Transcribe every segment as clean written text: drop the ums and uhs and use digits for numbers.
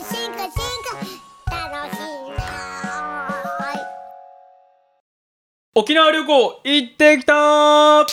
楽しいな。 沖縄旅行行ってきたー。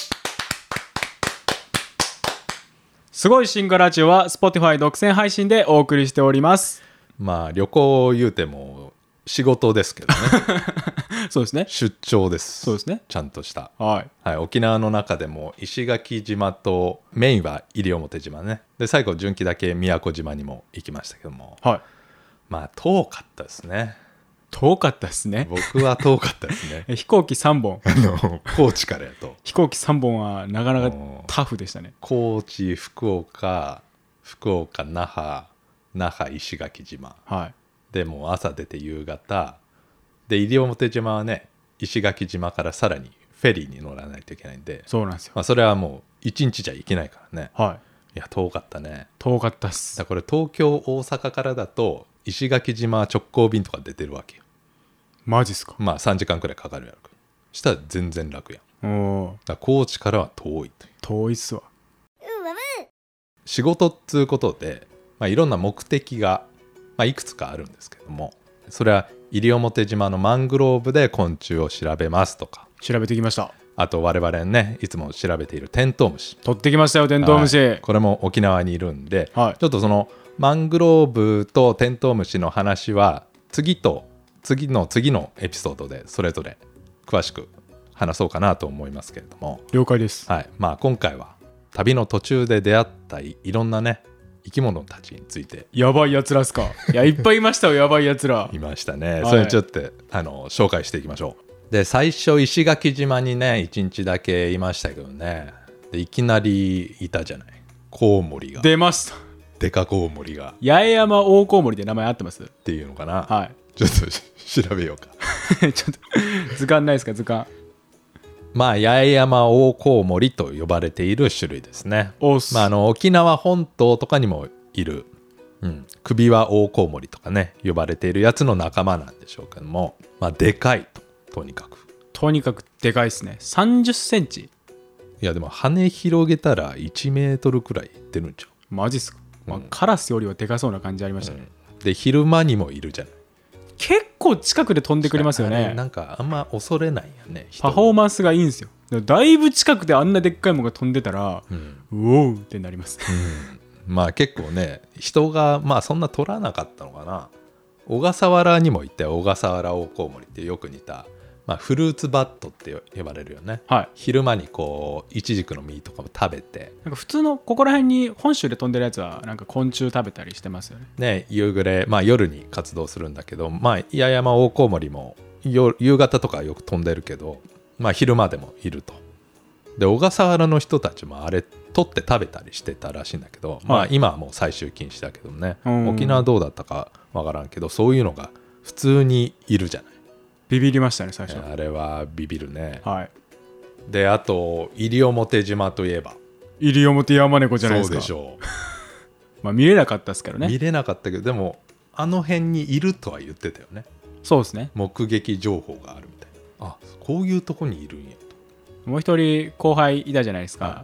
すごいシンガラジオは Spotify 独占配信でお送りしております。 まあ旅行言うても仕事ですけどねそうですね。 出張です。 そうですね。 ちゃんとした、 はいはい、沖縄の中でも石垣島とメインは西表島ね。で最後順期だけ宮古島にも行きましたけども、 はい。 まあ遠かったですね。 遠かったですね。 僕は遠かったですね飛行機3本高知からやと飛行機3本はなかなかタフでしたね。 高知、福岡、那覇、石垣島はい。 でもう朝出て夕方で、西表島はね石垣島からさらにフェリーに乗らないといけないんで、 そうなんですよ。 まあ、それはもう1日じゃ行けないからね。 はい。 いや遠かったね。 遠かったっす。 だからこれ東京大阪からだと石垣島直行便とか出てるわけよ。 マジっすか。 まあ3時間くらいかかるやろ。したら全然楽やん。 おー、 だから高知からは遠いという。 遠いっすわ。 仕事っつうことで、まあ、いろんな目的が、まあ、いくつかあるんですけども、それは西表島のマングローブで昆虫を調べますとか、 調べてきました。 あと我々ねいつも調べているテントウムシ、 取ってきましたよ、テントウムシ。 はい、これも沖縄にいるんで、 はい。 ちょっとそのマングローブとテントウムシの話は次のエピソードでそれぞれ詳しく話そうかなと思いますけれども、 了解です。 はい、まあ今回は旅の途中で出会ったいろんなね生き物たちについてやばいやつらっすか。いや、いっぱいいましたよ、やばいやつら。 いましたね、 はい、 それちょっと紹介していきましょう。で最初石垣島にね1日だけいましたけどね、でいきなりいたじゃない、コウモリが。 出ました。 デカコウモリが八重山大コウモリで名前合ってますっていうのかな。 はい。 ちょっと調べようかちょっと図鑑ないですか、図鑑。 まあ八重山大コウモリと呼ばれている種類ですね。 おっす。 まあ、沖縄本島とかにもいる、首輪大コウモリとかね呼ばれているやつの仲間なんでしょうけども、まあでかいとにかくでかいですね。30センチ。 いやでも羽広げたら1メートルくらいいってるんちゃう。 マジっすか、まあ、カラスよりはでかそうな感じありましたね、 で昼間にもいるじゃない。 結構近くで飛んでくれますよあれね。 なんかあんま恐れないよね。 パフォーマンスがいいんですよ。だいぶ近くであんなでっかいものが飛んでたら、うおーってなります、 まあ結構ね人がまあそんな取らなかったのかな。小笠原にもいて、小笠原大コウモリってよく似た、まあ、フルーツバットって呼ばれるよね、 はい、 昼間にこうイチジクの実とかも食べて、 なんか普通のここら辺に本州で飛んでるやつはなんか昆虫食べたりしてますよね。 ね、夕暮れ、まあ、夜に活動するんだけど、まあ、八重山大コウモリも夕方とかよく飛んでるけど、まあ、昼間でもいると。で小笠原の人たちもあれ取って食べたりしてたらしいんだけど、はい、まあ、今はもう採集禁止だけどね、沖縄どうだったかわからんけどそういうのが普通にいるじゃない。 ビビりましたね最初。 あれはビビるね、 はい、 であと西表島といえば西表ヤマネコじゃないですか。 そうでしょうまあ見れなかったですからね。 見れなかったけどでもあの辺にいるとは言ってたよね。 そうですね。 目撃情報があるみたいな。あ、こういうとこにいるんやと。 もう一人後輩いたじゃないですか、はい、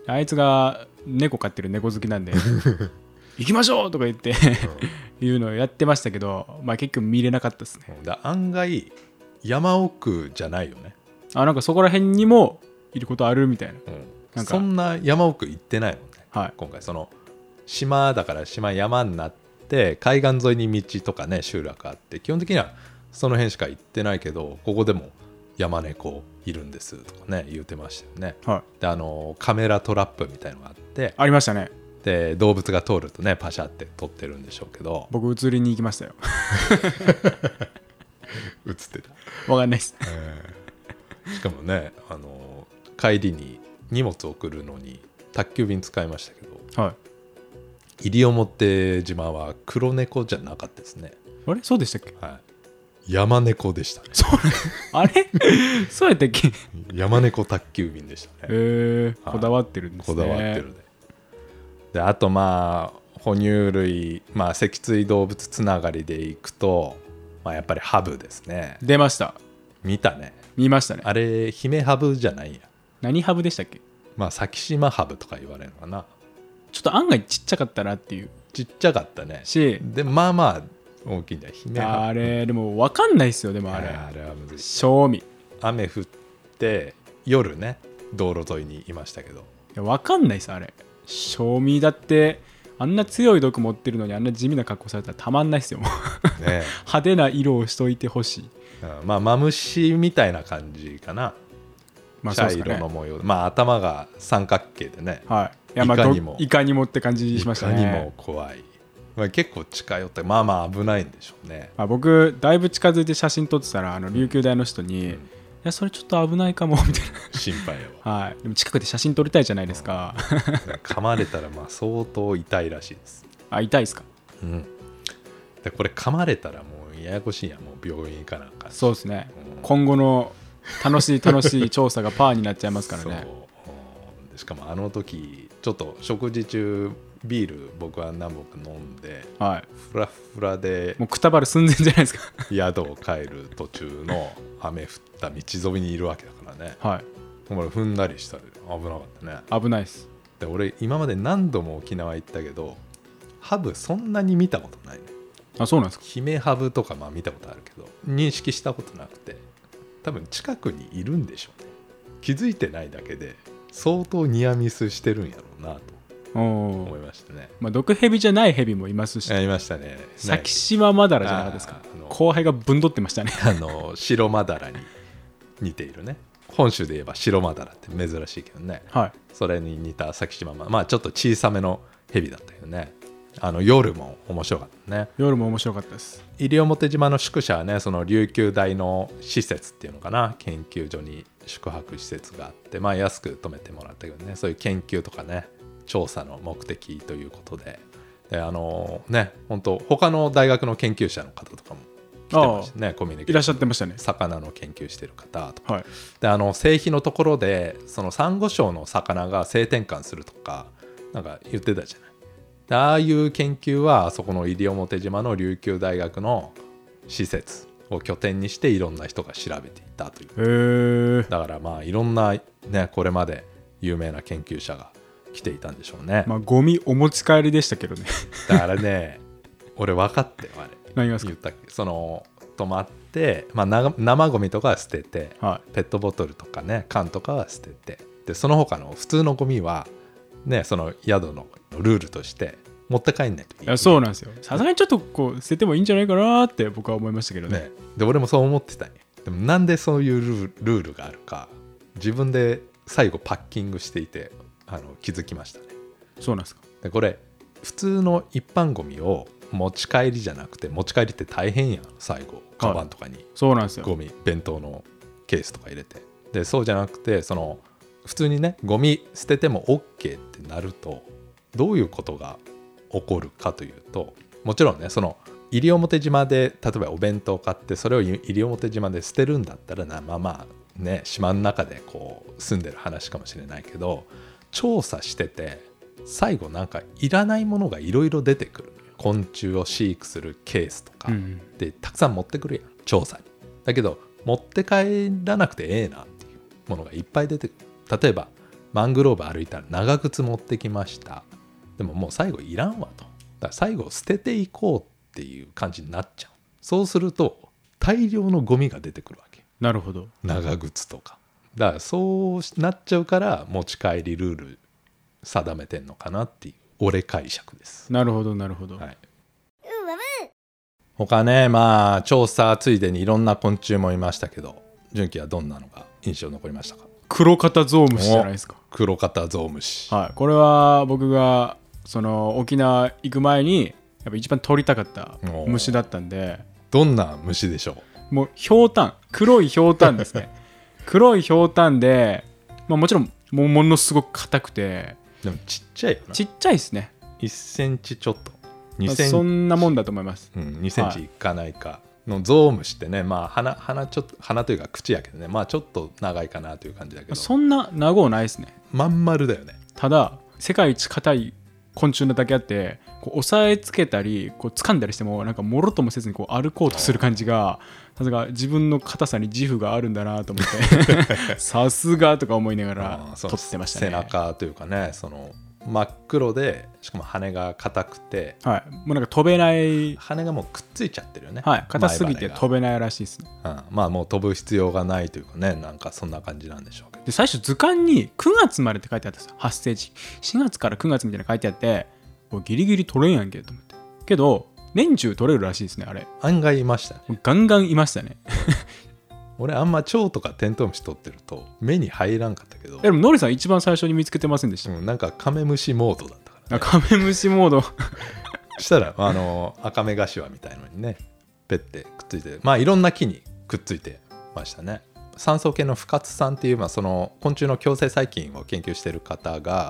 あいつが猫飼ってる猫好きなんで行きましょうとか言っていうのをやってましたけど、まあ結局見れなかったですね。 案外山奥じゃないよね。 なんかそこら辺にもいることあるみたいな、 なんかそんな山奥行ってないもんね、 はい、 今回その島だから山になって海岸沿いに道とかね集落あって基本的にはその辺しか行ってないけど、ここでも山猫いるんですとかね言ってましたよね、 はい、 でカメラトラップみたいのがあってありましたね。 で動物が通るとねパシャって撮ってるんでしょうけど、 僕映りに行きましたよ映ってたわかんないです、 しかもね帰りに荷物送るのに宅急便使いましたけど、 はい、 西表島は黒猫じゃなかったですね。 あれそうでしたっけ。 はい、山猫でしたね。 あれそうやったっけ。 山猫宅急便でしたね。 こだわってるんですね。 こだわってるであとまあ哺乳類、まあ、脊椎動物つながりでいくと、まあ、やっぱりハブですね。 出ました。 見たね。 見ましたね。 あれ姫ハブじゃないや。 何ハブでしたっけ。 まあ先島ハブとか言われるのかな。 ちょっと案外ちっちゃかったなっていう。 ちっちゃかったねし、 でまあまあ大きいんだよヒメハブ。 あれでも分かんないっすよ。でもあれあれはむずい。 賞味雨降って夜ね道路沿いにいましたけど、 分かんないっすあれ。賞味だってあんな強い毒持ってるのにあんな地味な格好されたらたまんないっすよ。もうね派手な色をしといてほしい。 まあマムシみたいな感じかな。 まあそう茶っすかね。 色の模様、まあ頭が三角形でね、 はい。いやまあいかにもいかにもって感じしましたね。 いかにも怖い、まあ、結構近寄ってまあまあ危ないんでしょうね。 まあ、僕だいぶ近づいて写真撮ってたら琉球大の人に、いやそれちょっと危ないかもみたい心配よな。はい。でも近くで写真撮りたいじゃないですか。 噛まれたらまあ相当痛いらしいです。 あ、痛いですか。 でこれ噛まれたらもうややこしいやん。もう病院行かなんか。 そうですね、今後の楽しい調査がパーになっちゃいますからね。 そうでしかもあの時ちょっと食事中ビール僕は何本か飲んで、 はい、 フラフラでもうくたばる寸前じゃないですか。 宿を帰る途中の雨降った道沿いにいるわけだからね。 はい。 俺踏んだりしたら危なかったね。 危ないです。 で俺今まで何度も沖縄行ったけどハブそんなに見たことないね。 あ、そうなんですか。 ヒメハブとかまあ見たことあるけど認識したことなくて、多分近くにいるんでしょうね。気づいてないだけで相当ニアミスしてるんやろうなと思いましたね。 まあ、毒ヘビじゃないヘビもいますし、 いましたね。 先島マダラじゃなかったですか。後輩がぶんどってましたね。 白マダラに似ているね。本州で言えば白マダラって珍しいけどね、 はい、 それに似た先島まあちょっと小さめのヘビだったけどね。夜も面白かったね。 夜も面白かったです。 西表島の宿舎はね、その琉球大の施設っていうのかな、研究所に宿泊施設があって、まあ安く泊めてもらったけどね、そういう研究とかね調査の目的ということで、ね本当他の大学の研究者の方とかも来てましたね。コミュニケーションいらっしゃってましたね。 魚の研究してる方とか、 はい、 で製皮のところでそのサンゴ礁の魚が性転換するとかなんか言ってたじゃない。ああいう研究はそこの西表島の琉球大学の施設を拠点にしていろんな人が調べていたという。だからまあいろんなねこれまで有名な研究者が来ていたんでしょうね。 まあゴミお持ち帰りでしたけどね。 だからね俺分かってよあれ。 何がですか。 言ったっけ。その泊まって、まあ、生ゴミとかは捨てて、 はい、 ペットボトルとかね缶とかは捨てて、でその他の普通のゴミはねその宿のルールとして持って帰んないといけない。 いやそうなんですよ。さすがにちょっとこう捨ててもいいんじゃないかなって僕は思いましたけど ね。 で俺もそう思ってたんや。でもなんでそういうルールがあるか自分で最後パッキングしていて気づきましたね。 そうなんですか。 でこれ普通の一般ゴミを持ち帰りじゃなくて、持ち帰りって大変やん。最後カバンとかにそうなんですよ。 ゴミ弁当のケースとか入れて、でそうじゃなくてその普通にねゴミ捨てても OK ってなるとどういうことが起こるかというと、もちろんねその西表島で例えばお弁当を買ってそれを西表島で捨てるんだったらまあまあね島の中でこう住んでる話かもしれないけど、調査してて最後なんかいらないものがいろいろ出てくる。昆虫を飼育するケースとかでたくさん持ってくるやん調査に。だけど持って帰らなくてええなっていうものがいっぱい出てくる。例えばマングローブ歩いたら長靴持ってきました。でももう最後いらんわと。だから最後捨てていこうっていう感じになっちゃう。そうすると大量のゴミが出てくるわけ。 なるほど。 長靴とか。だからそうなっちゃうから持ち帰りルール定めてんのかなっていう俺解釈です。 なるほどなるほど。 はい。他ねまあ調査ついでにいろんな昆虫もいましたけど、純喜はどんなのが印象残りましたか。 黒肩ゾウムシじゃないですか。 黒肩ゾウムシ。 はい。これは僕がその沖縄行く前にやっぱ一番取りたかった虫だったんで。 どんな虫でしょう。もうひょうたん、黒いひょうたんですね。黒いひょうたんで、まあ、もちろんものすごく硬くて。 でもちっちゃいよな。 ちっちゃいですね。 1センチちょっと2センチ、 そんなもんだと思います、 2センチいかないかのゾウムシってね、まあ鼻ちょっと鼻というか口やけどね、まあちょっと長いかなという感じだけど、 そんな長ないですね。 まん丸だよね。 ただ世界一硬い昆虫なだけあって、こう押さえつけたりこう掴んだりしてもなんかもろともせずにこう歩こうとする感じが、さすが自分の硬さに自負があるんだなと思ってさすがとか思いながら撮ってましたね。 背中というかね、その真っ黒でしかも羽が硬くてはい、もうなんか飛べない、 羽がもうくっついちゃってるよね。 はい、硬すぎて前羽が飛べないらしいですね。 まあもう飛ぶ必要がないというかね、なんかそんな感じなんでしょうけど。 で最初図鑑に9月までって書いてあったんですよ。発生時4月から9月みたいなの書いてあって、これギリギリ取れんやんけと思って、けど年中取れるらしいですね。あれ案外いましたね。 ガンガンいましたね。 俺あんま蝶とかテントウムシ取ってると目に入らんかったけど、 でもノリさん一番最初に見つけてませんでした？ なんかカメムシモードだったからね。 カメムシモードしたらアカメガシワみたいのにねペッてくっついて、まあいろんな木にくっついてましたね。産総研の深津さんっていう、その昆虫の共生細菌を研究してる方が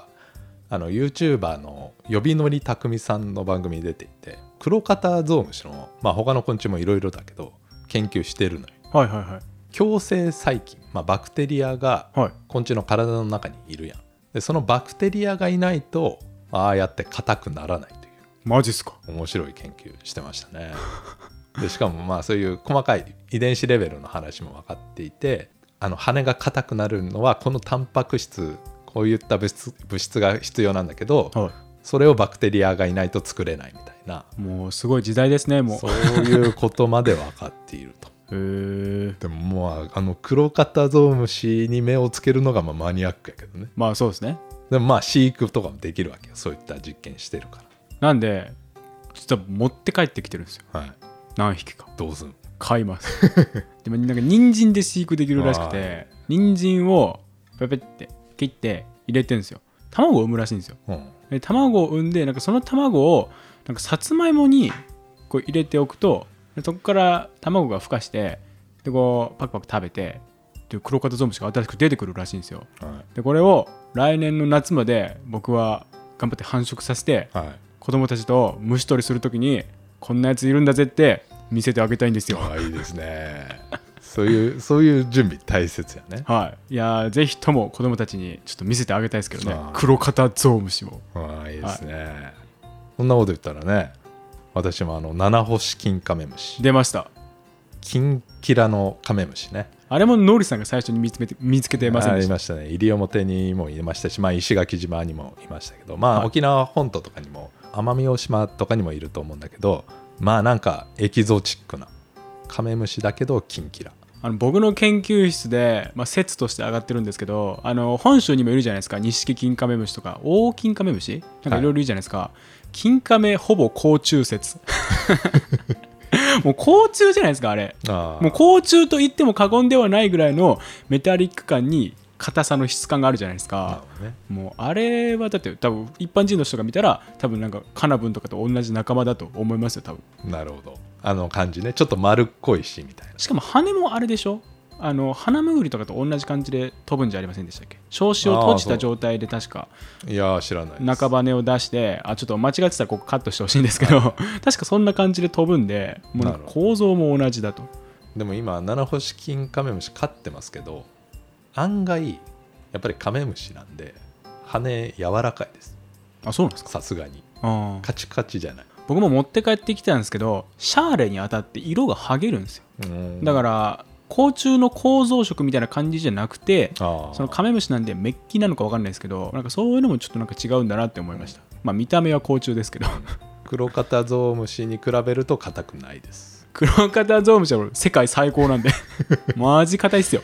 YouTuber の呼びのりたくみさんの番組に出ていて、クロカタゾウムシの、他の昆虫もいろいろだけど研究してるのよ。 はいはいはい。 共生細菌、バクテリアが昆虫の体の中にいるやん。でそのバクテリアがいないとああやって硬くならないという、 マジっすか？ 面白い研究してましたね。でしかもそういう細かい遺伝子レベルの話も分かっていて、羽が硬くなるのはこのタンパク質、こういった物質が必要なんだけど、はい、それをバクテリアがいないと作れないみたいな、 もうすごい時代ですね。もうそういうことまで分かっていると。でももうクロカタゾウムシに目をつけるのがマニアックやけどね。 まあそうですね。 でも飼育とかもできるわけよ、そういった実験してるから。 なんで実は持って帰ってきてるんですよ、はい、何匹か。 どうすん？ 買いますでもなんか人参で飼育できるらしくて、人参をペペって切って入れてるんですよ。卵を産むらしいんですよ、で卵を産んで、なんかその卵をなんかさつまいもにこう入れておくと、そこから卵が孵化して、でこうパクパク食べて、でクロカタゾウムシが新しく出てくるらしいんですよ、はい、でこれを来年の夏まで僕は頑張って繁殖させて、はい、子供たちと虫取りするときにこんなやついるんだぜって見せてあげたいんですよ。 いいですねそういう準備大切やね。 はい、いやぜひとも子供たちにちょっと見せてあげたいですけどね、クロカタゾウムシを。 いいですね、はい、そんなこと言ったらね、私も七星キンカメムシ出ました。 キンキラのカメムシね。 あれもノリさんが最初に見つけてませんでした？ いましたね。西表にもいましたし、石垣島にもいましたけど、はい、沖縄本島とかにも奄美大島とかにもいると思うんだけど、なんかエキゾチックなカメムシだけどキンキラ。 僕の研究室で、説として上がってるんですけど、本州にもいるじゃないですか、ニシキキンカメムシとかオオキンカメムシなんかいろいろいるじゃないですか、はい、キンカメほぼ甲虫説もう甲虫じゃないですかあれ。もう甲虫と言っても過言ではないぐらいのメタリック感に硬さの質感があるじゃないですか、ね、もうあれはだって多分一般人の人が見たら多分なんかカナブンとかと同じ仲間だと思いますよ多分。 なるほど、感じね、ちょっと丸っこいしみたいな。 しかも羽もあれでしょ、ハナムグリとかと同じ感じで飛ぶんじゃありませんでしたっけ？小枝を閉じた状態で確か。 いや知らないです。 中羽を出してちょっと間違ってたらここカットしてほしいんですけど、はい、確かそんな感じで飛ぶんで、もう構造も同じだと。 でも今七星キンカメムシ飼ってますけど、案外やっぱりカメムシなんで羽柔らかいです。 あ、そうなんですか？ さすがにカチカチじゃない。 僕も持って帰ってきたんですけど、シャーレに当たって色が剥げるんですよ。だから甲虫の構造色みたいな感じじゃなくて、そのカメムシなんでメッキなのか分かんないですけど、なんかそういうのもちょっとなんか違うんだなって思いました。見た目は甲虫ですけどクロカタゾウムシに比べると硬くないです。 クロカタゾウムシは世界最高なんでマジ硬いっすよ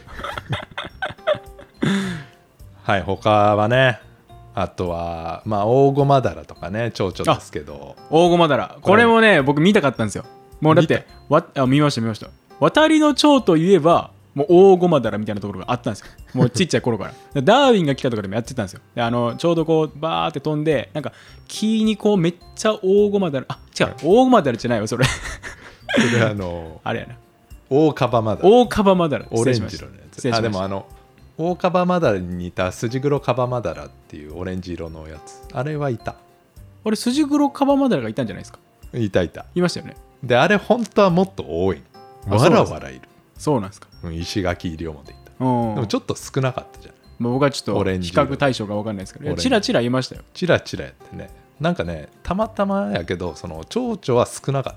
はい、他はね、あとはオオゴマダラとかね、蝶々ですけど。 オオゴマダラ、これもね僕見たかったんですよ。もうだって見ました渡りの蝶といえばもうオオゴマダラみたいなところがあったんですよ、もうちっちゃい頃からダーウィンが来たとかでもやってたんですよ。でちょうどこうバーって飛んで、なんか木にこうめっちゃオオゴマダラ、違う、オオゴマダラじゃないよそれそれあれやな、 オオカバマダラ。 オオカバマダラ、 オレンジ色のやつ。でもオオカバマダラに似たスジグロカバマダラっていうオレンジ色のやつ、あれはいた。 あれスジグロカバマダラがいたんじゃないですか？ いたいましたよね。 であれ本当はもっと多い、わらわらいる。 そうなんですか？ 石垣西表いた。でもちょっと少なかったじゃん。 僕はちょっと比較対象が分かんないですけど、チラチラいましたよ。 チラチラやってね、なんかねたまたまやけどその蝶々は少なかった。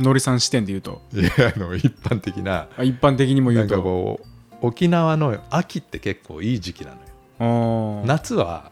のりさん視点で言うと、 いや一般的な、 一般的にも言うと、 なんかこう沖縄の秋って結構いい時期なのよ。夏は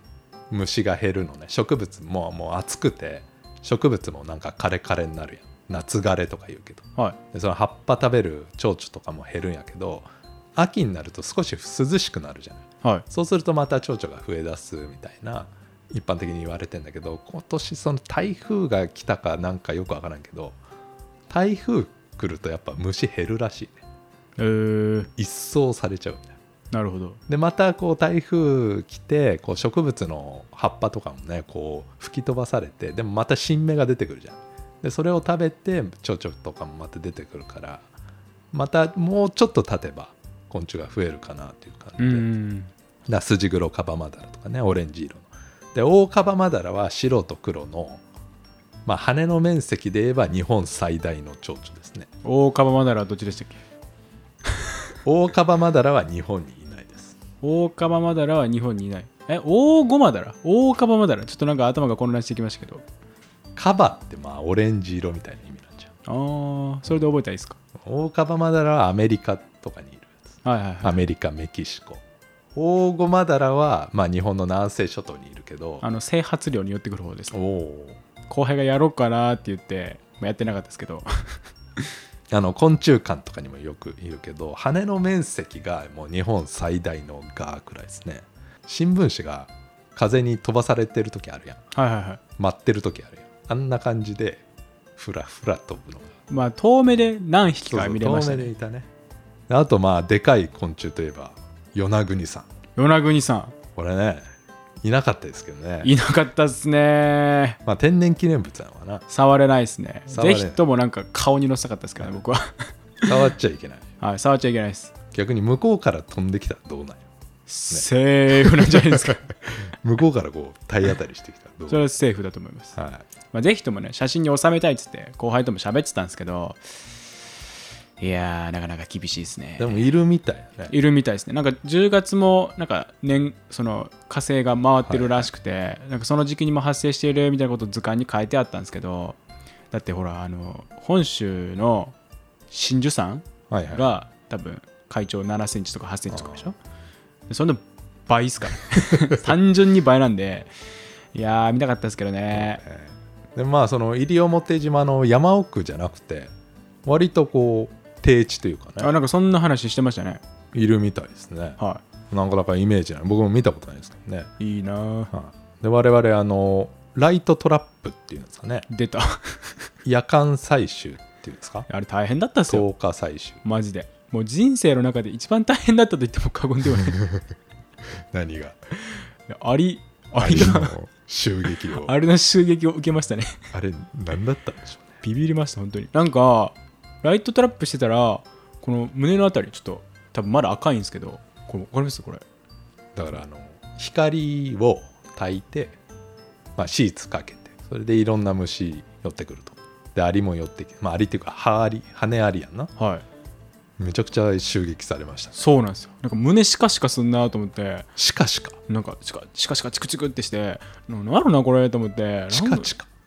虫が減るのね。植物もう暑くて植物もなんか枯れ枯れになるやん。夏枯れとか言うけど、 はい、 でその葉っぱ食べる蝶々とかも減るんやけど、秋になると少し涼しくなるじゃない、 はい、 そうするとまた蝶々が増え出すみたいな一般的に言われてんだけど、今年その台風が来たかなんかよくわからんけど、台風来るとやっぱ虫減るらしいね。一掃されちゃうみたいな。 なるほど。 でまたこう台風来てこう植物の葉っぱとかもねこう吹き飛ばされて、でもまた新芽が出てくるじゃん。でそれを食べて蝶々とかもまた出てくるから、またもうちょっと経てば昆虫が増えるかなっていう感じで、だスジグロカバマダラとかね、オレンジ色ので、オオカバマダラは白と黒の、まあ、羽の面積で言えば日本最大の蝶々ですね。 オオカバマダラはどっちでしたっけ？ オオカバマダラは日本にいないです。 オオカバマダラは日本にいない。オオゴマダラ、オオカバマダラ、ちょっとなんか頭が混乱してきましたけど。 カバってまあオレンジ色みたいな意味なんじゃん。 ああ、それで覚えたらいいですか？ オオカバマダラはアメリカとかにいるやつ、 はいはいはい、 アメリカ、メキシコ。オオゴマダラは、まあ、日本の南西諸島にいるけど、 整髪量に寄ってくる方です。 お後輩がやろうかなって言って、まあ、やってなかったですけど昆虫館とかにもよくいるけど、羽の面積がもう日本最大のガーくらいですね。新聞紙が風に飛ばされてる時あるやん、 はいはいはい、 待ってる時あるやん。あんな感じでフラフラ飛ぶのが、 まあ遠目で何匹か見れましたね。 遠目でいたね。あとまあでかい昆虫といえば与那国さん。 与那国さん、 これねいなかったですけどね。 いなかったっすね。 まあ天然記念物なのかな。 触れないですね。 触れない。 ぜひともなんか顔に乗せたかったですからね、僕は触っちゃいけない。 はい、触っちゃいけないです。 逆に向こうから飛んできたらどうなんよ、ね、 セーフなんじゃないですか向こうからこう体当たりしてきたらどう？ それはセーフだと思います、 はい。 まあ、ぜひともね写真に収めたいっつって後輩とも喋ってたんですけど、いやーなかなか厳しいですね。 でもいるみたいね。 いるみたいですね。なんか10月もなんかその火星が回ってるらしくて、はいはい、なんかその時期にも発生しているみたいなことを図鑑に書いてあったんですけど、だってほら本州の真珠山が、はいはい、多分海長7センチとか8センチとかでしょ。そんな倍ですから単純に倍なんで、いやー見たかったですけどね。 でまあその西表島の山奥じゃなくて割とこう低地というかね、 なんかそんな話してましたね。 いるみたいですね。 はい。 なかなかイメージない。僕も見たことないですけどね。 いいな、 はい、で我々ライトトラップっていうんですかね。 出た夜間採集っていうんですか。 あれ大変だったっすよ。 10日採集。 マジでもう人生の中で一番大変だったと言っても過言ではない何が？ アリの襲撃をあれの襲撃を受けましたね。 あれ何だったんでしょうね。 ビビりました本当に。なんかライトトラップしてたらこの胸のあたりちょっと多分まだ赤いんですけど、これ分かります？これだから光を焚いて、まあ、シーツかけてそれでいろんな虫寄ってくると。でアリも寄ってきて、まあ、アリっていうか羽アリやんな。 はい。 めちゃくちゃ襲撃されました、ね、 そうなんですよ。なんか胸シカシカすんなと思って、 シカシカなんかシカシカチクチクってしてなんだろうなこれと思って、 チカチカ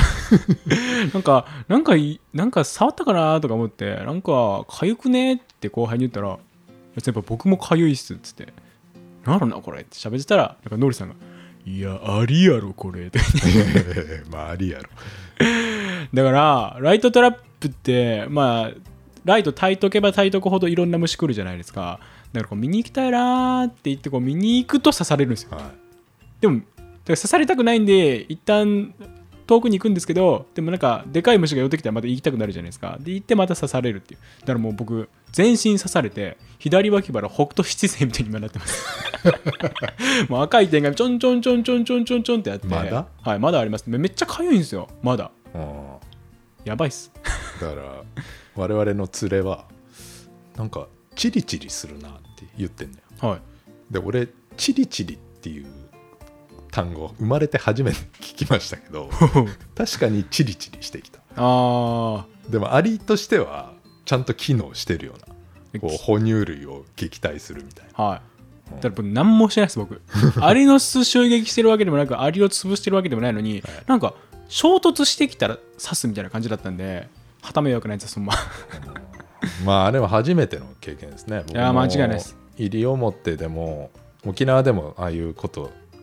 なんか触ったかなとか思って、なんかかゆくねって後輩に言ったら、先輩僕もかゆいっすっつって、なんだろうなこれって喋ってたら、なんかノリさんがいやアリやろこれってまあアリやろだからライトトラップってまあライト焚いとけば焚いとくほどいろんな虫来るじゃないですか。だからこう見に行きたいなーって言ってこう見に行くと刺されるんですよ、はい、でもだから刺されたくないんで一旦遠くに行くんですけど、でもなんかでかい虫が寄ってきたらまた行きたくなるじゃないですか。で行ってまた刺されるっていう。だからもう僕全身刺されて左脇腹北斗七星みたいに今なってますもう赤い点がちょんちょんちょんちょんちょんちょんちょんってあって、 まだ？ はい、まだあります。めっちゃかゆいんですよまだ。やばいっすだから我々の連れはなんかチリチリするなって言ってんだよ、はい、で俺チリチリっていう単語生まれて初めて聞きましたけど確かにチリチリしてきた。 あでもアリとしてはちゃんと機能してるような、こう哺乳類を撃退するみたいな。 はい、だから僕何もしてないです僕アリの巣襲撃してるわけでもなくアリを潰してるわけでもないのに、はい、なんか衝突してきたら刺すみたいな感じだったんで、はためよくないですそんままああれは初めての経験ですね。 いや間違いないです。 西表でも沖縄でもああいうこと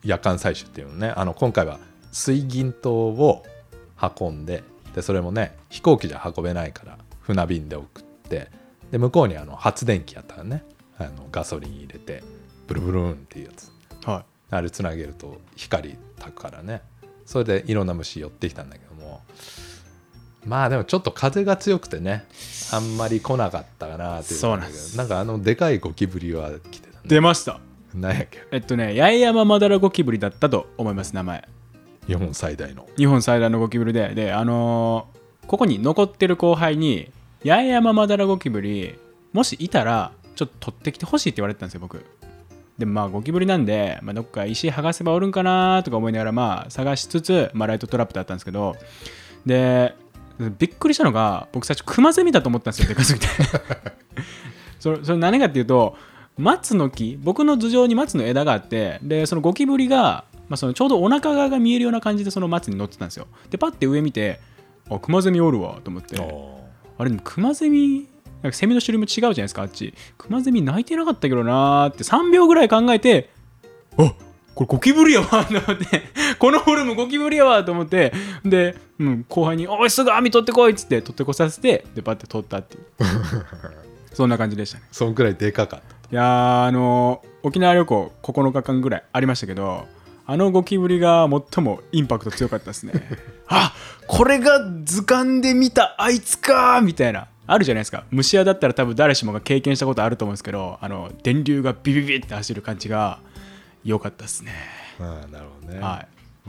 夜間採取っていうのね、今回は水銀島を運んで、でそれもね飛行機じゃ運べないから船便で送って、で向こうに発電機やったらね、ガソリン入れてブルブルーンっていうやつ、 はい、 あれつなげると光たくからね、それでいろんな虫寄ってきたんだけども、まあでもちょっと風が強くてねあんまり来なかったかなっていう。 そうなんです。 なんかでかいゴキブリは来てたね。 出ました。 何やっけ。 八重山マダラゴキブリだったと思います、名前。 日本最大のゴキブリで、ここに残ってる後輩に八重山マダラゴキブリもしいたらちょっと取ってきてほしいって言われてたんですよ、僕。でもまあゴキブリなんで、どっか石剥がせばおるんかなとか思いながらまあ探しつつ、ライトトラップだったんですけど、でびっくりしたのが、僕最初クマゼミだと思ったんですよ、でかすぎてそれ何かっていうと、松の木、僕の頭上に松の枝があって、でそのゴキブリが、そのちょうどお腹側が見えるような感じでその松に乗ってたんですよ。でパッて上見て、あ、クマゼミおるわと思って、あれでもクマゼミなんかセミの種類も違うじゃないですか、あっち。クマゼミ鳴いてなかったけどなーって3秒ぐらい考えて、あ、これゴキブリやわと思ってこのフォルムゴキブリやわと思って、で、後輩においすぐ網取ってこいっつって取ってこさせて、でパッて取ったっていうそんな感じでしたね。 そんくらいでかかった。 いやー、沖縄旅行9日間ぐらいありましたけど、ゴキブリが最もインパクト強かったですねあ、これが図鑑で見たあいつかみたいな、あるじゃないですか。虫屋だったら多分誰しもが経験したことあると思うんですけど、電流がビビビって走る感じが良かったですね。 ああ、なるほどね。 はい。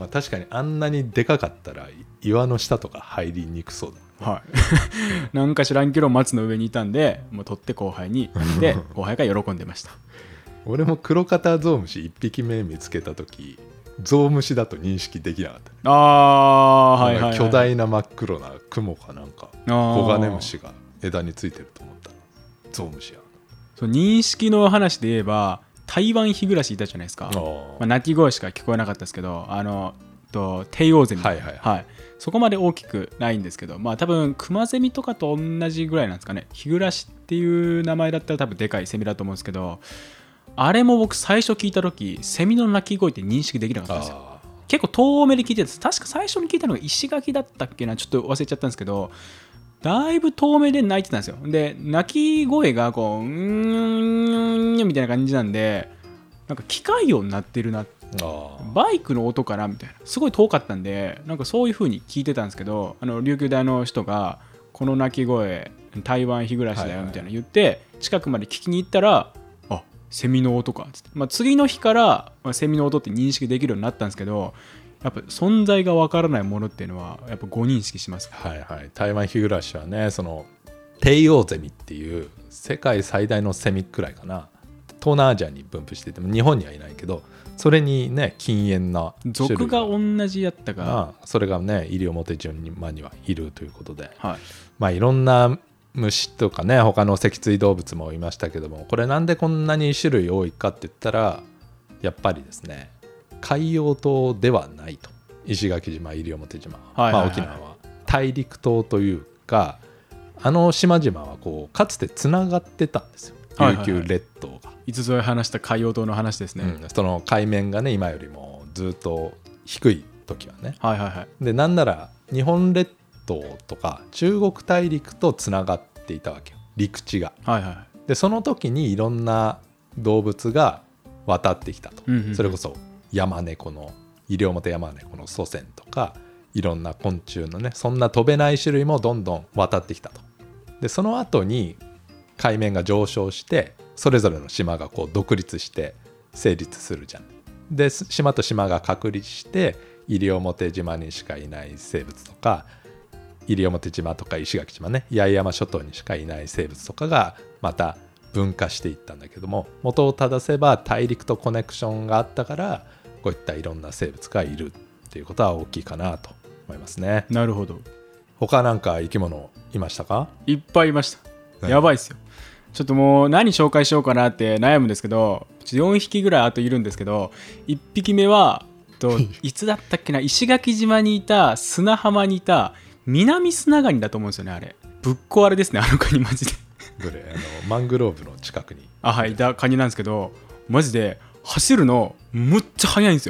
確かにあんなにでかかったら岩の下とか入りにくそうだ、 はいなんか知らんけど松の上にいたんで、もう取って後輩にで後輩が喜んでました俺もクロカタゾウムシ1匹目見つけた時、ゾウムシだと認識できなかった、ね。 はいはい、はい、 巨大な真っ黒な雲かなんかコガネムシが枝についてると思ったゾウムシや。 そう、認識の話で言えば台湾ヒグラシいたじゃないですか。鳴き声しか聞こえなかったですけど、テイオウゼミ、はい、そこまで大きくないんですけど、多分クマゼミとかと同じぐらいなんですかね。ヒグラシっていう名前だったら多分でかいセミだと思うんですけど、あれも僕最初聞いた時セミの鳴き声って認識できなかったんですよ。結構遠目で聞いてた。確か最初に聞いたのが石垣だったっけな、ちょっと忘れちゃったんですけど、だいぶ遠目で鳴いてたんですよ。で鳴き声がこうみたいな感じなんで、なんか機械音になってるな、バイクの音かなみたいな、すごい遠かったんで、なんかそういう風に聞いてたんですけど、琉球大の人がこの鳴き声台湾ヒグラシだよみたいな言って、近くまで聞きに行ったら、あ、セミの音かっつって、次の日からセミの音って認識できるようになったんですけど、やっぱ存在がわからないものっていうのはやっぱ誤認識します。 はいはい。台湾ヒグラシはね、そのテイオウゼミっていう世界最大のセミくらいかな、東南アジアに分布してても日本にはいないけど、それにね禁煙な種類属が同じやったから、 それがね西表島にはいるということで、 はい、 いろんな虫とかね他の脊椎動物もいましたけども、これなんでこんなに種類多いかって言ったら、やっぱりですね海洋島ではないと。石垣島、西表島、沖縄は大陸島というか、島々はこうかつてつながってたんですよ、琉球列島が。 いつぞや話した海洋島の話ですね、 その海面がね今よりもずっと低い時はね、でなんなら日本列島とか中国大陸とつながっていたわけよ、陸地が、でその時にいろんな動物が渡ってきたと、それこそヤマネコの西表ヤマネコの祖先とか、いろんな昆虫のねそんな飛べない種類もどんどん渡ってきたと。でその後に海面が上昇してそれぞれの島がこう独立して成立するじゃん。で島と島が確立して西表島にしかいない生物とか、西表島とか石垣島ね、八重山諸島にしかいない生物とかがまた分化していったんだけども、元を正せば大陸とコネクションがあったからこういったいろんな生物がいるっていうことは大きいかなと思いますね。 なるほど。 他なんか生き物いましたか？ いっぱいいました。やばいっすよ。ちょっともう何紹介しようかなって悩むんですけど、4匹ぐらいあといるんですけど、1匹目はいつだったっけな、石垣島にいた砂浜にいた南砂ガニだと思うんですよね。あれぶっ壊れですね、カニマジで。 どれマングローブの近くにいたカニなんですけど、マジで走るのむっちゃ速いんですよ。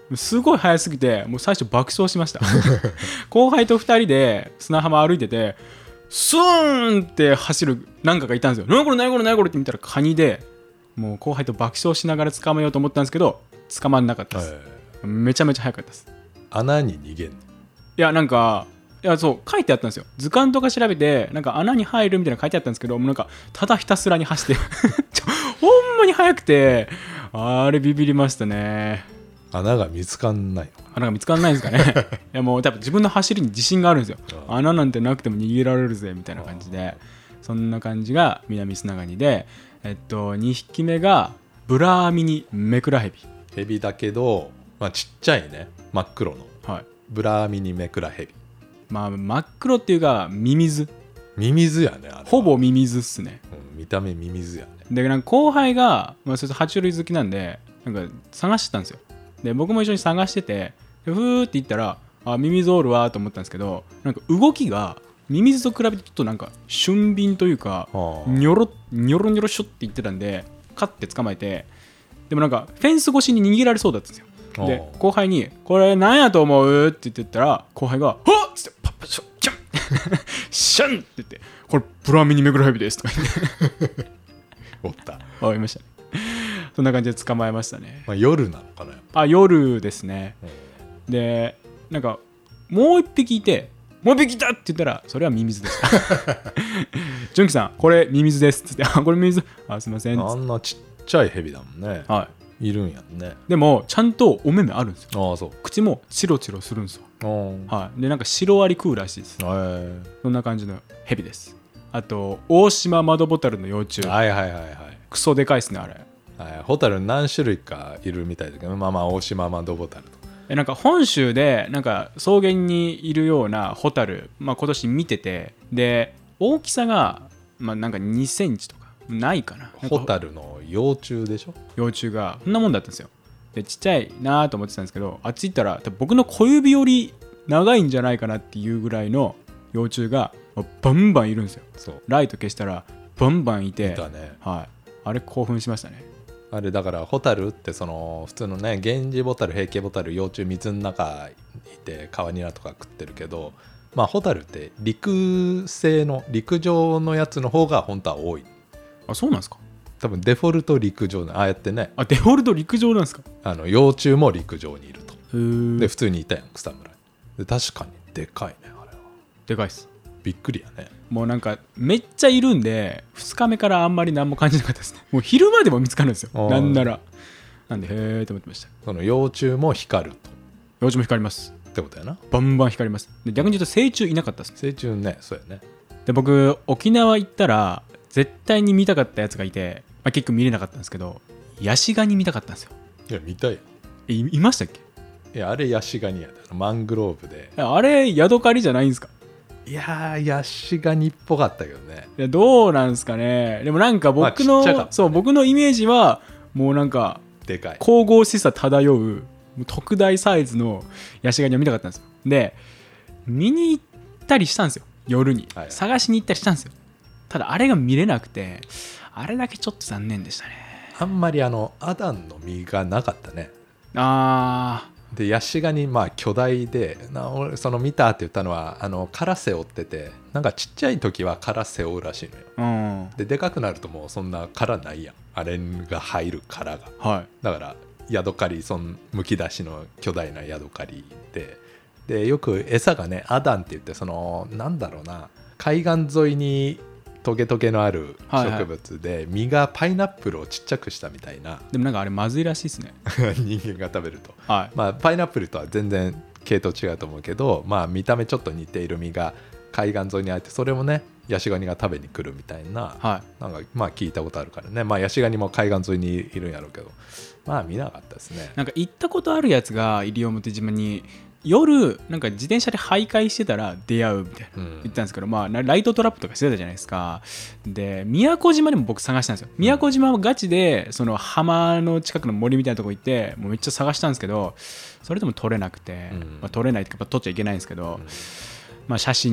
すごい速すぎてもう最初爆笑しました後輩と2人で砂浜歩いててスーンって走るなんかがいたんですよ。何これ何これ何これって見たらカニで、もう後輩と爆笑しながら捕まえようと思ったんですけど捕まんなかったです。めちゃめちゃ速かったです。 穴に逃げんの？ いやなんかそう書いてあったんですよ。図鑑とか調べてなんか穴に入るみたいなの書いてあったんですけど、もうなんかただひたすらに走ってほんまに速くてあれビビりましたね。 穴が見つかんないの？ 穴が見つかんないんですかねいやもう多分自分の走りに自信があるんですよ。穴なんてなくても逃げられるぜみたいな感じで、そんな感じが南砂ガニで、2匹目がブラーミニメクラヘビ。 ヘビだけど、まあ、ちっちゃいね真っ黒の、 はい、 ブラーミニメクラヘビ。 まあ真っ黒っていうかミミズ。 ミミズやねあれ。 ほぼミミズっすね、 見た目ミミズやね。 でなんか後輩が、それ爬虫類好きなんでなんか探してたんですよ。で僕も一緒に探しててふーって言ったらミミズおるわと思ったんですけど、なんか動きがミミズと比べてちょっとなんか俊敏というかニョロニョロニョロシュッって言ってたんでカッて捕まえて、でもなんかフェンス越しに逃げられそうだったんですよ。で後輩にこれ何やと思うって言ってたら後輩がはっつってパッパッシュッキュンシュンって言ってこれブラーミニメクラヘビですとか言っておったわかりましたね。そんな感じで捕まえましたね。 まあ、夜なのかな。 夜ですね。でなんかもう一匹いてもう一匹いたって言ったらそれはミミズでしたジュンキさんこれミミズですって言ってこれミミズすいませんあんなちっちゃいヘビだもんね。いるんやんね。 でもちゃんとお目目あるんですよ。 そう口もチロチロするんですよ。でなんかシロアリ食うらしいです。そんな感じのヘビです。あとオオシママドボタルの幼虫。クソでかいですねあれ。 ホタル何種類かいるみたいだけど、まあまあオオシママドボタルとなんか本州でなんか草原にいるようなホタル、今年見てて、で大きさがなんか2センチとかないかな。 ホタルの幼虫でしょ。 幼虫がこんなもんだったんですよ。でちっちゃいなと思ってたんですけど、あっち行ったら多分僕の小指より長いんじゃないかなっていうぐらいの幼虫がバンバンいるんですよ。ライト消したらバンバンいて、あれ興奮しましたね。 あれだからホタルってその普通のねゲンジボタル、平家ボタル、幼虫水の中いてカワニナとか食ってるけど、まあホタルって陸上のやつの方が本当は多い。 そうなんですか。 多分デフォルト陸上ああやってね。 デフォルト陸上なんですか。 幼虫も陸上にいると。で普通にいたやん草むらで。確かにでかいねあれは。 でかいっす。 びっくりやね。 もうなんかめっちゃいるんで2日目からあんまり何も感じなかったですね。もう昼間でも見つかるんですよ。なんならなんでへーと思ってました。 その幼虫も光ると。 幼虫も光りますってことやな。 バンバン光ります。で逆に言うと成虫いなかったです。 成虫ね。そうやね。 で僕沖縄行ったら絶対に見たかったやつがいて、結局見れなかったんですけど、ヤシガニ見たかったんですよ。 いや見たい。 いましたっけ。 いやあれヤシガニやだ。マングローブで。 あれヤドカリじゃないんですか。 いやーヤシガニっぽかったけどね。 いやどうなんですかね。でもなんか僕の、僕のイメージはもうなんかでかい神々しさ漂う特大サイズのヤシガニを見たかったんですよ。で見に行ったりしたんですよ。夜に、探しに行ったりしたんですよ。ただあれが見れなくて、あれだけちょっと残念でしたね。 あんまりアダンの実がなかったね。でヤシガニ巨大で俺その見たって言ったのは殻背負ってて、なんかちっちゃい時は殻背負うらしいのよ。でかくなるともうそんな殻ないやん、あれが入る殻が、だからヤドカリ、むき出しの巨大なヤドカリでよく餌がねアダンって言って、そのなんだろうな、海岸沿いにトゲトゲのある植物で、実がパイナップルをちっちゃくしたみたいな。 でもなんかあれまずいらしいですね人間が食べると、パイナップルとは全然系統違うと思うけど、見た目ちょっと似ている実が海岸沿いにあって、それをねヤシガニが食べに来るみたいな、なんか聞いたことあるからね。ヤシガニも海岸沿いにいるんやろうけど、見なかったですね。 なんか行ったことあるやつが西表島に夜なんか自転車で徘徊してたら出会うみたいな言ったんですけど、ライトトラップとかしてたじゃないですか。で宮古島でも僕探したんですよ。宮古島はガチでその浜の近くの森みたいなとこ行ってもうめっちゃ探したんですけど、それでも撮れなくて、撮れないっていうか撮っちゃいけないんですけど、写真に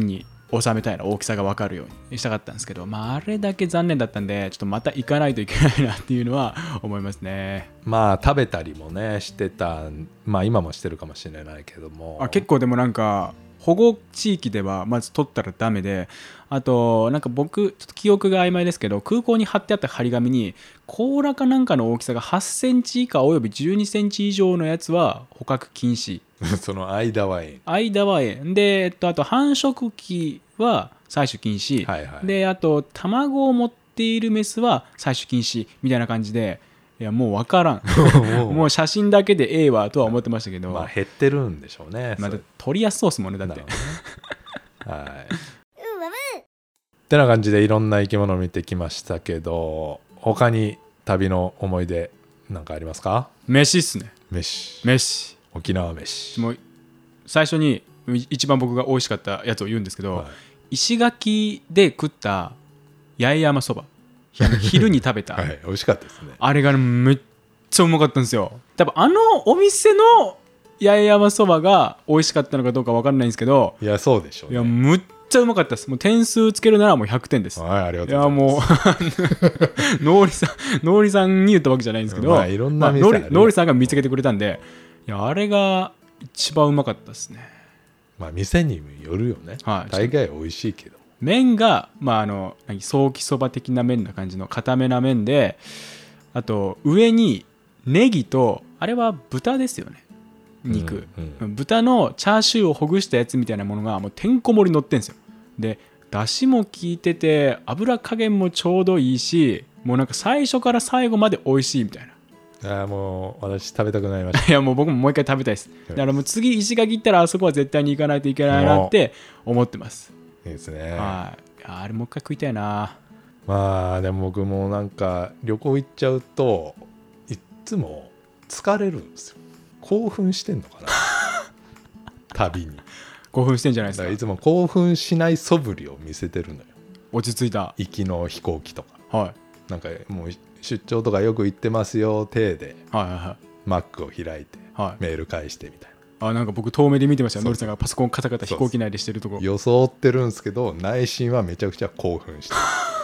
収めたいな、大きさが分かるようにしたかったんですけど、まああれだけ残念だったんで、ちょっとまた行かないといけないなっていうのは思いますね。 まあ食べたりもねしてた、まあ今もしてるかもしれないけども、 結構でもなんか保護地域ではまず取ったらダメで、あとなんか僕ちょっと記憶が曖昧ですけど、空港に貼ってあった張り紙に甲羅かなんかの大きさが8センチ以下および12センチ以上のやつは捕獲禁止その間はえ間はで、あと繁殖期は採取禁止、 はいはい、 であと卵を持っているメスは採取禁止みたいな感じで、いやもう分からんもう写真だけでええわとは思ってましたけど、 まあ減ってるんでしょうね。 まあ、取りやすそうですもんね、だって。 はいってな感じでいろんな生き物を見てきましたけど、他に旅の思い出なんかありますか？ 飯っすね。 飯沖縄飯。 もう最初に一番僕が美味しかったやつを言うんですけど、 はい、 石垣で食った八重山そば昼に食べた、 はい、美味しかったですね。 あれがめっちゃうまかったんですよ。多分あのお店の八重山そばが美味しかったのかどうか分かんないんですけど、 いやそうでしょうね。 いやむっちゃうまかったです。もう点数つけるならもう100点です。 はい、ありがとうございます。 いやもうノーリさんに言ったわけじゃないんですけど、 まあいろんな店あるよ。 ノーリさんが見つけてくれたんで、いやあれが一番うまかったですね。 まあ店によるよね、 はい、 大概美味しいけど、 麺が、まあ、ソーキそば的な麺な感じの固めな麺で、あと上にネギと、あれは豚ですよね、肉、豚のチャーシューをほぐしたやつみたいなものがもうてんこ盛り乗ってんですよ。でだしも効いてて油加減もちょうどいいし、もうなんか最初から最後まで美味しいみたいな。 もう私食べたくなりました。 いやもう僕ももう一回食べたいです。だからもう次石垣行ったらあそこは絶対に行かないといけないなって思ってます。 いいですね。 はい、あれもう一回食いたいな。 まあでも僕もなんか旅行行っちゃうといっつも疲れるんですよ。興奮してんのかな旅に興奮してんじゃないですか。 だからいつも興奮しない素振りを見せてるのよ。 落ち着いた行きの飛行機とか、 はい、 なんかもう出張とかよく行ってますよ体で、 はいはいはい、 Mac を開いて、 はい、 メール返してみたいな。 なんか僕遠目で見てましたよ。ノリさんがパソコンカタカタ飛行機内でしてるとこ装ってるんですけど、内心はめちゃくちゃ興奮して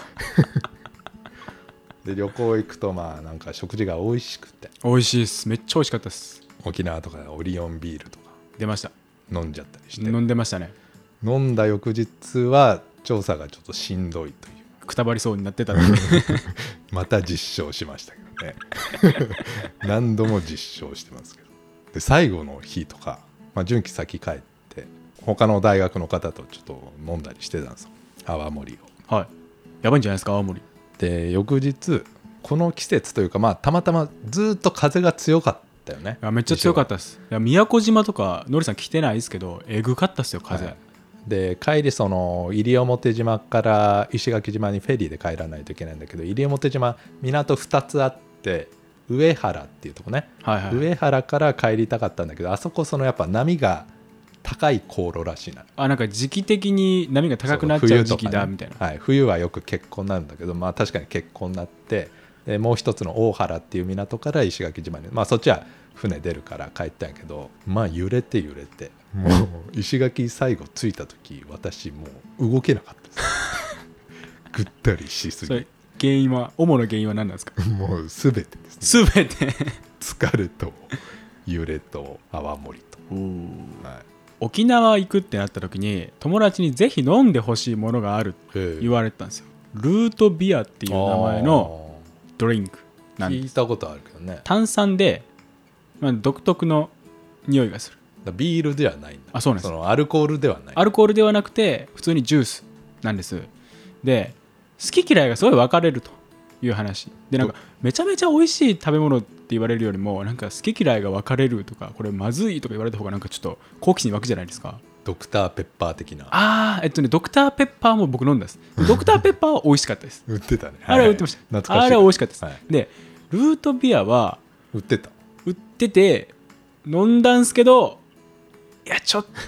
で旅行行くとまあなんか食事が美味しくて、 美味しいです。めっちゃ美味しかったです。 沖縄とかオリオンビールとか出ました。 飲んじゃったりして。 飲んでましたね。 飲んだ翌日は調査がちょっとしんどいという、 くたばりそうになってたのでまた実証しましたけどね何度も実証してますけど、で最後の日とか、純喜先帰って他の大学の方とちょっと飲んだりしてたんですよ、泡盛を。 はい、やばいんじゃないですか泡盛。 で翌日この季節というか、たまたまずっと風が強かったよね。 めっちゃ強かったです。宮古島とかノリさん来てないですけどえぐかったっすよ風、はい。 で帰りその西表島から石垣島にフェリーで帰らないといけないんだけど、西表島港2つあって上原っていうとこね、はいはい、上原から帰りたかったんだけど、あそこそのやっぱ波が高い航路らしいな。 なんか時期的に波が高くなっちゃう時期だみたいな、 はい、冬はよく欠航になるんだけど、確かに欠航になって、でもう一つの大原っていう港から石垣島に、そっちは船出るから帰ったんやけど、揺れてもう石垣最後着いた時私もう動けなかったですぐったりしすぎ。それ主な原因は何なんですか？ もう全てですね。 全て疲れと揺れと泡盛と、 はい、沖縄行くってなった時に友達にぜひ飲んでほしいものがあるって言われてたんですよ。ルートビアっていう名前のドリンクなんです。 聞いたことあるけどね。 炭酸で、独特の匂いがする。 ビールではないんだ。 そうなんです。 そのアルコールではない。 アルコールではなくて普通にジュースなんです。で好き嫌いがすごい分かれるという話で、なんかめちゃめちゃ美味しい食べ物って言われるよりも、なんか好き嫌いが分かれるとかこれまずいとか言われた方がなんかちょっと好奇心湧くじゃないですか。 ドクターペッパー的な。 ドクターペッパーも僕飲んだんです。ドクターペッパーは美味しかったです。 売ってたね。 あれは売ってました。 懐かしい。 あれは美味しかったです。 はい、 でルートビアは売ってて飲んだんすけど、いやちょっと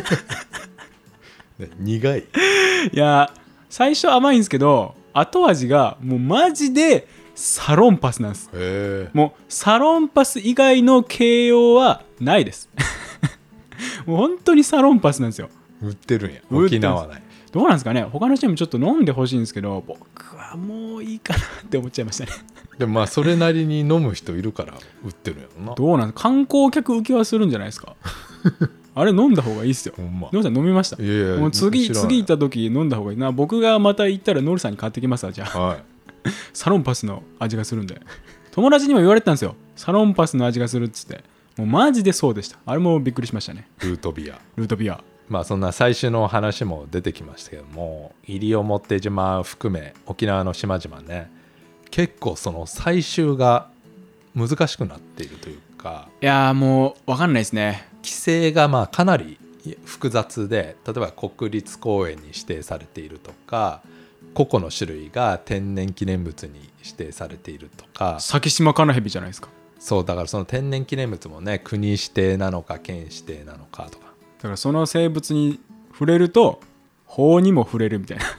苦い。 いや最初甘いんですけど後味がもうマジでサロンパスなんです。もうサロンパス以外の形容はないですもう本当にサロンパスなんですよ。 売ってるんや。沖縄ない。 どうなんですかね、他の人にもちょっと飲んでほしいんですけど、僕はもういいかなって思っちゃいましたね。 でもまあそれなりに飲む人いるから売ってるんやろな。 どうなんですか、観光客受けはするんじゃないですか。あれ飲んだ方がいいっすよ。 ほんま。 ノルさん飲みました？ いやいやもう次知らない行った時飲んだ方がいいな。僕がまた行ったらノルさんに買ってきますわ。じゃあはい。 サロンパスの味がするんで。友達にも言われてたんですよ、サロンパスの味がするっつって。もうマジでそうでした。あれもびっくりしましたね。 ルートビア。 ルートビア。 まあそんな最初の話も出てきましたけども、西表島を含め沖縄の島々ね、結構その採集が難しくなっているというか、 いやーもう分かんないですね。 規制がまあかなり複雑で、例えば国立公園に指定されているとか、個々の種類が天然記念物に指定されているとか。 先島カナヘビじゃないですか。 そうだからその天然記念物もね、国指定なのか県指定なのかとか。 だからその生物に触れると法にも触れるみたいな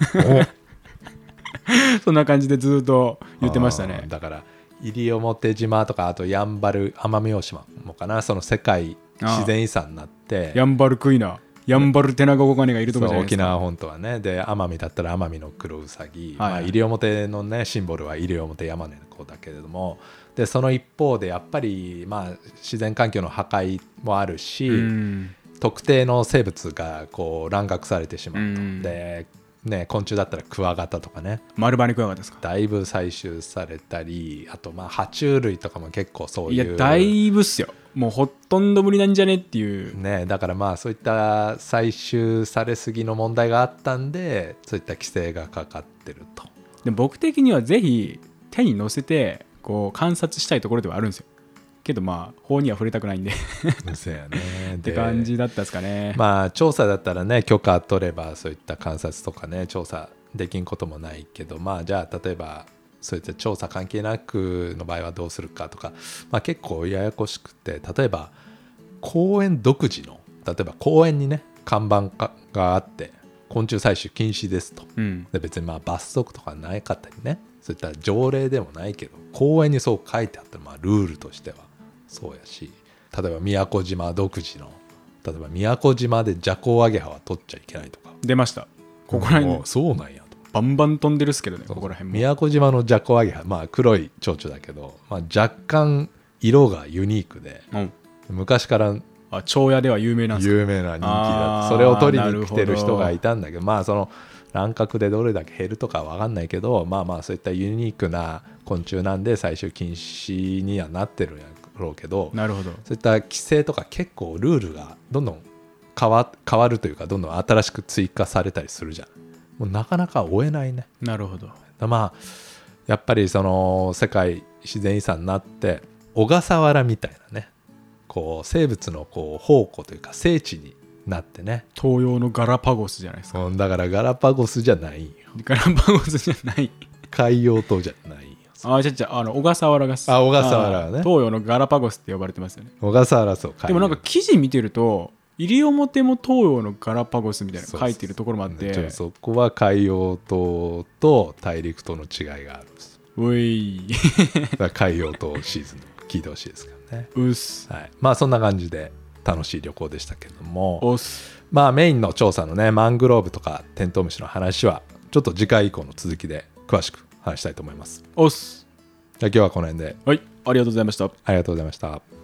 そんな感じでずっと言ってましたね。 だから西表島とか、あとやんばる奄美大島もかな、その世界自然遺産になって、 ヤンバルクイナ、ヤンバルテナガゴカネがいるところじゃないですか。 沖縄本島はね、で奄美だったら奄美の黒ウサギ、 はいはい、 まあ、西表のねシンボルは西表山猫だけれども、でその一方でやっぱりまあ自然環境の破壊もあるし、特定の生物がこう乱獲されてしまうと、でね、昆虫だったらクワガタとかね、 丸羽クワガタですか、 だいぶ採集されたり、あとまあ爬虫類とかも結構そういう、 いやだいぶっすよ、もうほとんど無理なんじゃねっていうね、だからまあそういった採集されすぎの問題があったんで、そういった規制がかかってると。 で僕的にはぜひ手に乗せてこう観察したいところではあるんですよ。けどまあ法には触れたくないんでそうやねって感じだったですかね。 まあ調査だったらね、許可取ればそういった観察とかね調査できんこともないけど、まあじゃあ例えばそういった調査関係なくの場合はどうするかとか、まあ、結構ややこしくて、例えば公園独自の、例えば公園にね看板があって昆虫採集禁止ですと、で別にまあ罰則とかなかったりね、そういった条例でもないけど公園にそう書いてあったら、まあルールとしてはそうやし、例えば宮古島独自の、例えば宮古島でジャコウアゲハは取っちゃいけないとか出ました。ここら辺そうなんやと、 バンバン飛んでるっすけどね。ここら辺も宮古島のジャコウアゲハ、まあ黒い蝶々だけど、まあ、若干色がユニークで、昔から蝶屋では有名なんですか。 有名な人気だと、それを取りに来てる人がいたんだけど、まあその乱獲でどれだけ減るとかは分かんないけど、まあまあそういったユニークな昆虫なんで採集禁止にはなってるんやろうけど、 なるほど、 そういった規制とか結構ルールがどんどん変わるというか、どんどん新しく追加されたりするじゃん。もうなかなか追えないね。 なるほど。 まあやっぱりその世界自然遺産になって小笠原みたいなね、こう生物のこう宝庫というか聖地になってね。 東洋のガラパゴスじゃないですか。 だからガラパゴスじゃないよ。 ガラパゴスじゃない。 海洋島じゃないよ。 小笠原が、 小笠原ね、 東洋のガラパゴスって呼ばれてますよね。 小笠原、そう。 でもなんか記事見てると西表も東洋のガラパゴスみたいな書いてるところもあって、 そこは海洋島と大陸島の違いがあるんです。 ういだから海洋島シーズン聞いてほしいですからね。 うっす、 はい、まあそんな感じで楽しい旅行でしたけれども、 おっす。 まあメインの調査のねマングローブとかテントウムシの話はちょっと次回以降の続きで詳しく話したいと思います。 おっす。 じゃあ今日はこの辺で。 はい、ありがとうございました。 ありがとうございました。